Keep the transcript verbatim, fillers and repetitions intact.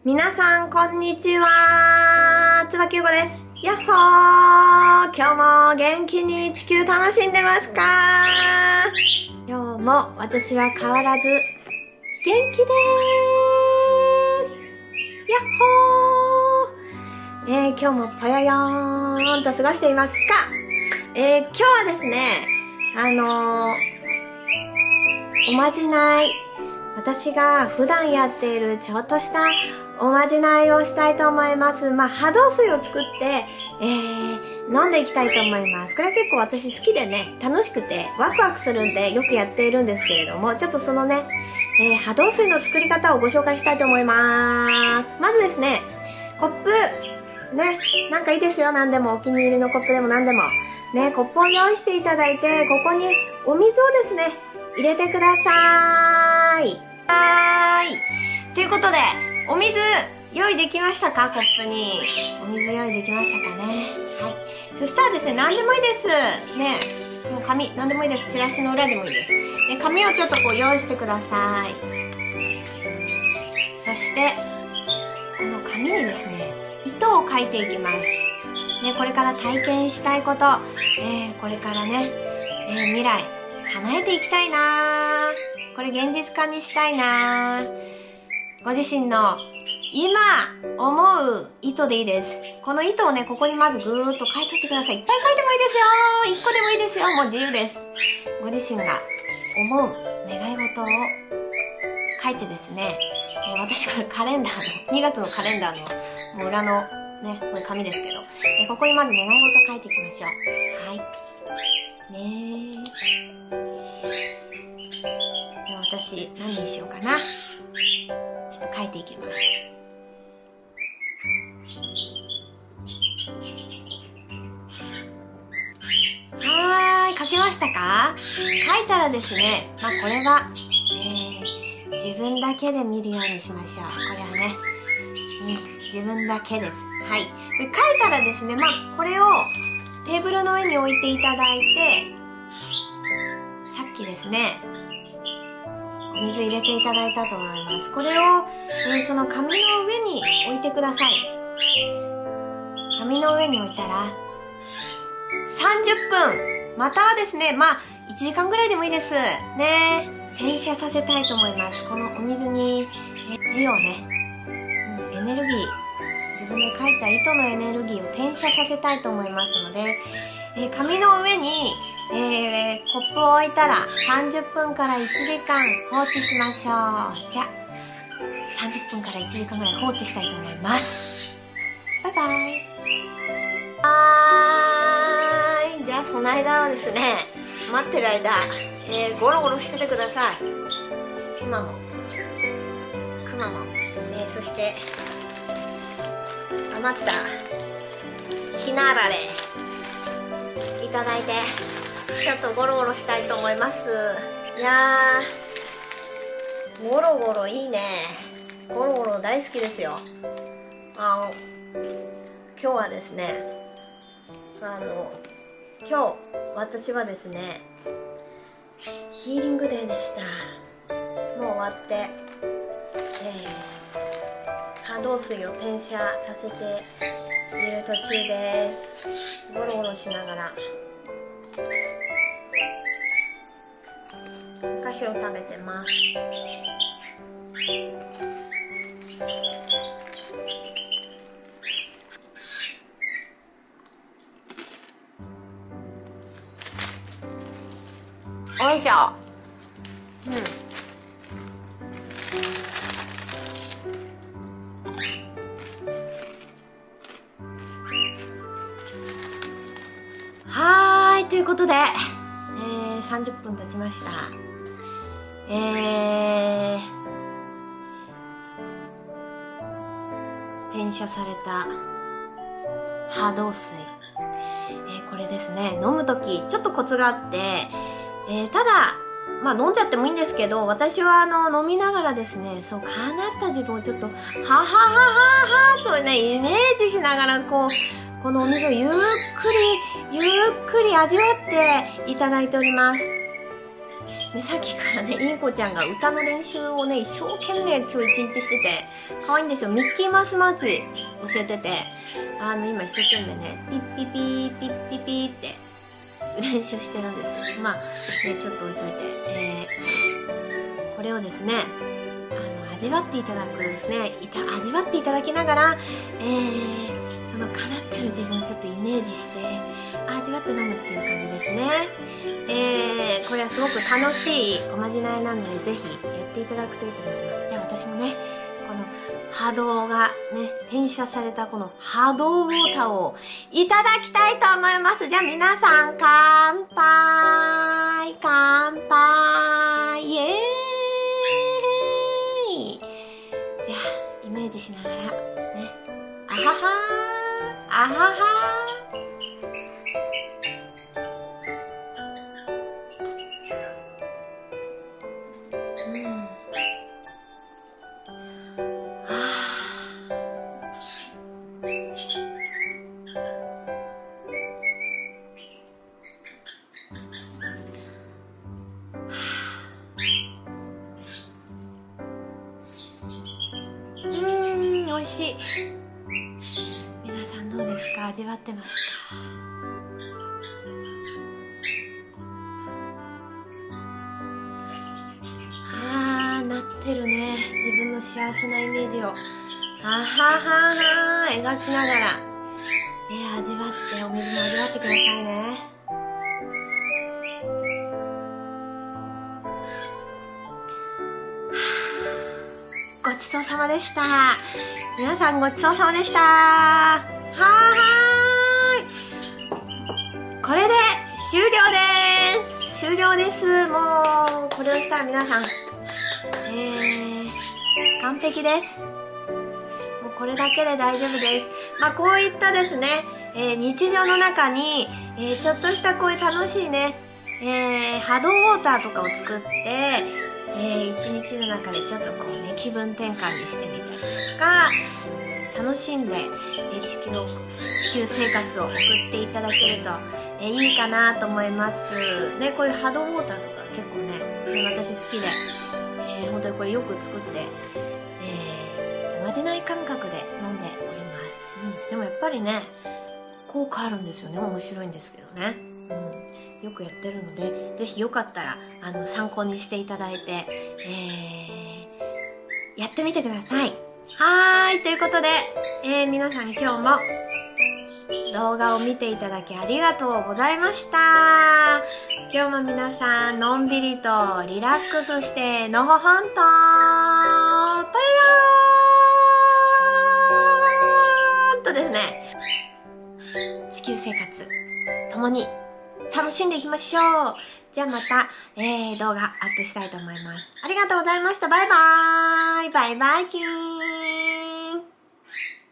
皆さん、こんにちは。椿ゆうこです。やっほー。今日も元気に地球楽しんでますか？今日も私は変わらず元気でーす。やっほー。えー、今日もぽよよーんと過ごしていますか？えー、今日はですね、あのー、おまじない。私が普段やっているちょっとしたおまじないをしたいと思います。まあ、波動水を作って、えー、飲んでいきたいと思います。これは結構私好きでね、楽しくてワクワクするんでよくやっているんですけれども、ちょっとそのね、えー、波動水の作り方をご紹介したいと思います。まずですね、コップ、ね、なんかいいですよ、何でも。お気に入りのコップでも何でも。ね、コップを用意していただいて、ここにお水をですね、入れてください。はーい。ということで、お水用意できましたか？コップに。お水用意できましたかね。はい。そしたらですね、何でもいいです。ね。もう紙、何でもいいです。チラシの裏でもいいです。で、紙をちょっとこう用意してください。そして、この紙にですね、糸を書いていきます。ね、これから体験したいこと、えー、これからね、えー、未来、叶えていきたいなー。これ現実化にしたいなー。ご自身の今思う糸でいいです。この糸をね、ここにまずぐーっと書いておいてください。いっぱい書いてもいいですよー。いっこでもいいですよ。もう自由です。ご自身が思う願い事を書いてですね、えー、私これカレンダーの、にがつのカレンダーのもう裏のね、これ紙ですけど、えー、ここにまず願い事書いていきましょう。はい。ねー。では私、何にしようかな。ちょっと書いていきます。はーい、書けましたか？書いたらですね、まあこれは、えー、自分だけで見るようにしましょう。これはね、うん、自分だけです。はい。で書いたらですね、まあこれをテーブルの上に置いていただいて、さっきですね、お水入れていただいたと思います。これを、えー、その紙の上に置いてください。紙の上に置いたら、さんじゅっぷん、またはですね、まあ、いちじかんぐらいでもいいです。ね。転写させたいと思います。このお水に、え字をね、うん、エネルギー、自分で書いた糸のエネルギーを転写させたいと思いますので、えー、紙の上に、えー、コップを置いたらさんじゅっぷんからいちじかん放置しましょう。じゃあ、さんじゅっぷんからいちじかんぐらい放置したいと思います。バイバイ。はーい。じゃあ、その間はですね、待ってる間、えー、ゴロゴロしててください。クマも。クマも。えー、そして、余ったひなあられいただいて、ちょっとゴロゴロしたいと思います。いやー、ゴロゴロいいね。ゴロゴロ大好きですよ。あの、今日はですね、あの、今日、私はですね、ヒーリングデーでした。もう終わって、えー、波動水を転写させている途中です。ゴロゴロしながら。お菓子を食べてます。おいしょ。うん。はーい、ということで、えー、さんじゅっぷん経ちました。えー、転写された波動水、えー、これですね、飲むときちょっとコツがあって、えー、ただまあ飲んじゃってもいいんですけど、私はあの飲みながらですね、そう叶った自分をちょっとははははははとね、イメージしながらこうこのお水をゆっくりゆっくり味わっていただいております。 ね、さっきからね、インコちゃんが歌の練習をね、一生懸命今日一日してて、可愛いんですよ。ミッキーマウス祭り教えてて、あの、今一生懸命ね、ピッピピー、ピッピピーって練習してるんですよ。まあ、ね、ちょっと置いといて、えー、これをですね、あの、味わっていただくですね、いた味わっていただきながら、えー、その叶ってる自分をちょっとイメージして、味わって飲むっていう感じですね。えー、これはすごく楽しいおまじないなので、ぜひやっていただくといいと思います。じゃあ私もね、この波動がね、転写されたこの波動ウォーターをいただきたいと思います。じゃあ皆さん、乾杯乾杯イエーイ。じゃあ、イメージしながら、ね、あははー、あははー。美味しい。皆さんどうですか？味わってますか？あー、なってるね。自分の幸せなイメージをはははは描きながら、えー、味わって、お水も味わってくださいね。ごちそうさまでした。皆さんごちそうさまでした。はーい。これで終了です。終了です。もう、これをしたら皆さん、えー、完璧です。もうこれだけで大丈夫です。まあ、こういったですね、えー、日常の中に、えー、ちょっとしたこういう楽しいね、えー、波動ウォーターとかを作って、えー、一日の中でちょっとこうね、気分転換にしてみたりとか、楽しんで、えー、地球を、地球生活を送っていただけると、えー、いいかなと思います。で、こういう波動ウォーターとか結構ね、私好きで、えー、本当にこれよく作って、えー、おまじない感覚で飲んでおります。うん、でもやっぱりね、効果あるんですよね。面白いんですけどね。うん、よくやってるので、ぜひよかったらあの参考にしていただいて、えー、やってみてください。はーい、ということで、えー、皆さん今日も動画を見ていただきありがとうございました。今日も皆さんのんびりとリラックスしてのほほんとぽよーんとですね、地球生活共に楽しんでいきましょう。じゃあまた、えー、動画アップしたいと思います。ありがとうございました。バイバーイ。バイバイキーン。